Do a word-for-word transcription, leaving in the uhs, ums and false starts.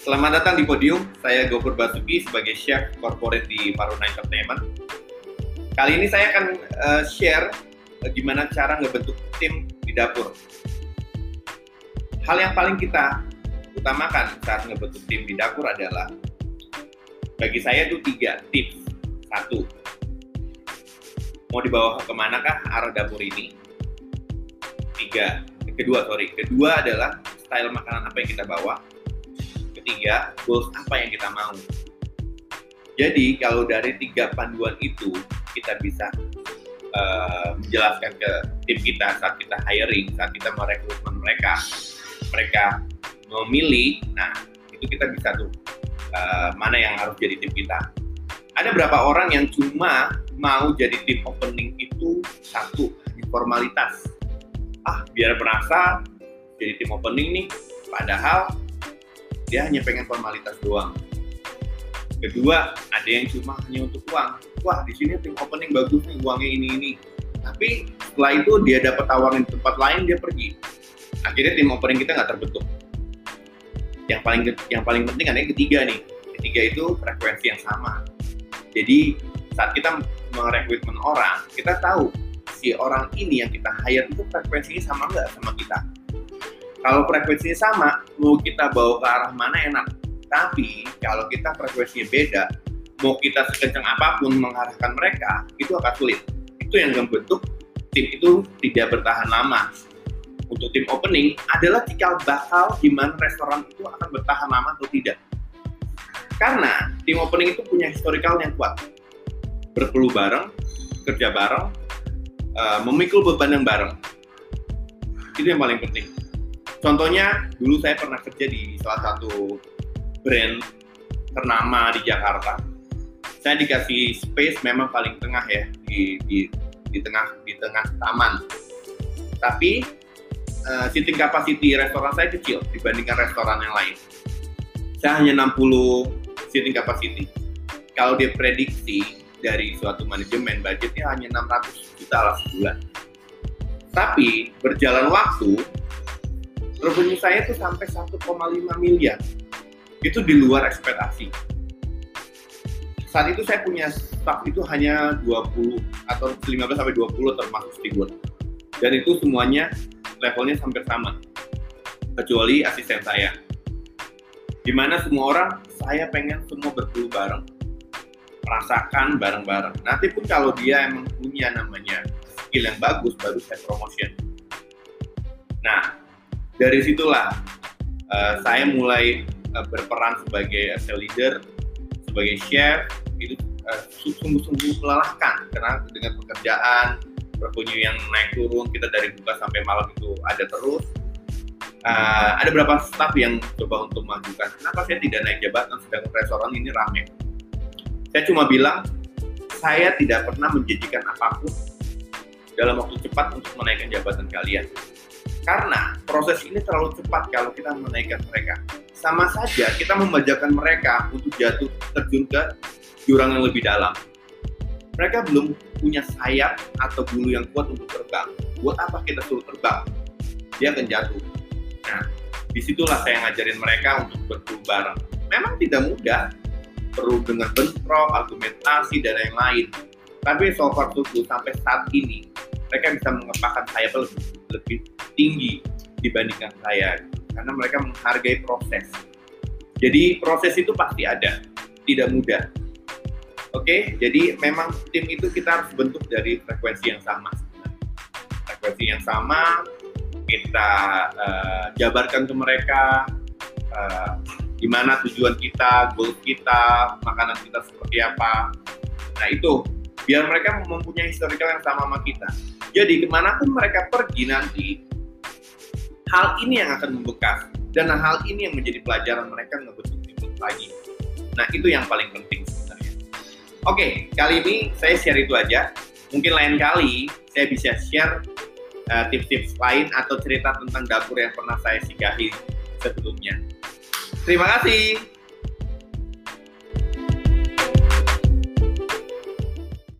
Selamat datang di podium, saya Gofur Basuki sebagai Chef Corporate di Faruna Entertainment. Kali ini saya akan uh, share uh, gimana cara ngebentuk tim di dapur. Hal yang paling kita utamakan saat ngebentuk tim di dapur adalah, bagi saya itu tiga tips. Satu, mau dibawa kemanakah arah dapur ini? Tiga, kedua sorry, kedua adalah style makanan apa yang kita bawa. Ketiga, goals apa yang kita mau. Jadi kalau dari tiga panduan itu kita bisa uh, menjelaskan ke tim kita saat kita hiring, saat kita merekrutmen mereka, mereka memilih. Nah, itu kita bisa tuh uh, mana yang harus jadi tim kita. Ada berapa orang yang cuma mau jadi tim opening itu satu, formalitas. Ah, biar merasa jadi tim opening nih, padahal dia hanya pengen formalitas doang. Kedua, ada yang cuma hanya untuk uang. Wah, di sini tim opening bagus nih, uangnya ini ini. Tapi setelah itu dia dapat tawaran di tempat lain, dia pergi. Akhirnya tim opening kita nggak terbentuk. Yang paling yang paling penting ada yang ketiga nih. Ketiga itu frekuensi yang sama. Jadi saat kita merekrutmen orang, kita tahu si orang ini yang kita hire itu frekuensinya sama nggak sama kita. Kalau frekuensinya sama, mau kita bawa ke arah mana enak. Tapi kalau kita frekuensinya beda, mau kita sekencang apapun mengarahkan mereka, itu akan sulit. Itu yang membentuk tim itu tidak bertahan lama. Untuk tim opening adalah cikal bakal di mana restoran itu akan bertahan lama atau tidak. Karena tim opening itu punya historical yang kuat. Berpeluh bareng, kerja bareng, uh, memikul beban yang bareng. Itu yang paling penting. Contohnya, dulu saya pernah kerja di salah satu brand ternama di Jakarta. Saya dikasih space memang paling tengah ya, di di, di tengah di tengah taman. Tapi uh, seating capacity restoran saya kecil dibandingkan restoran yang lain. Saya hanya enam puluh seating capacity. Kalau dia prediksi dari suatu manajemen, budgetnya hanya enam ratus juta lah sebulan. Tapi berjalan waktu, revenue saya itu sampai satu koma lima miliar. Itu di luar ekspektasi. Saat itu saya punya staff itu hanya dua puluh atau lima belas sampai dua puluh termasuk steward. Dan itu semuanya levelnya hampir sama. Kecuali asisten saya. Dimana semua orang, saya pengen semua berpeluh bareng. Merasakan bareng-bareng. Nanti pun kalau dia emang punya namanya skill yang bagus, baru saya promotion. Nah, dari situlah uh, saya mulai uh, berperan sebagai as a leader, sebagai chef. Itu uh, sungguh-sungguh melelahkan karena dengan pekerjaan, revenue yang naik turun, kita dari buka sampai malam itu ada terus. Uh, ada beberapa staff yang coba untuk mengajukan, kenapa saya tidak naik jabatan sedangkan restoran ini rame. Saya cuma bilang, saya tidak pernah menjanjikan apapun dalam waktu cepat untuk menaikkan jabatan kalian. Karena proses ini terlalu cepat kalau kita menaikkan mereka. Sama saja kita membajakan mereka untuk jatuh terjun ke jurang yang lebih dalam. Mereka belum punya sayap atau bulu yang kuat untuk terbang. Buat apa kita suruh terbang? Dia akan jatuh. Nah, disitulah saya ngajarin mereka untuk berpeluh bareng. Memang tidak mudah, perlu dengan bentrok, argumentasi, dan yang lain. Tapi so far so good, sampai saat ini, mereka bisa mengepakkan sayap lebih, lebih tinggi dibandingkan saya. Karena mereka menghargai proses. Jadi proses itu pasti ada, tidak mudah. Oke, jadi memang tim itu kita harus bentuk dari frekuensi yang sama. Frekuensi yang sama, kita uh, jabarkan ke mereka uh, di mana tujuan kita, goal kita, makanan kita seperti apa. Nah itu, biar mereka mempunyai historical yang sama sama kita. Jadi kemanapun mereka pergi nanti, hal ini yang akan membekas. Dan hal ini yang menjadi pelajaran mereka ngebentuk tim lagi. Nah itu yang paling penting sebenarnya. Oke, kali ini saya share itu aja. Mungkin lain kali saya bisa share uh, tips-tips lain atau cerita tentang dapur yang pernah saya singgahi sebelumnya. Terima kasih.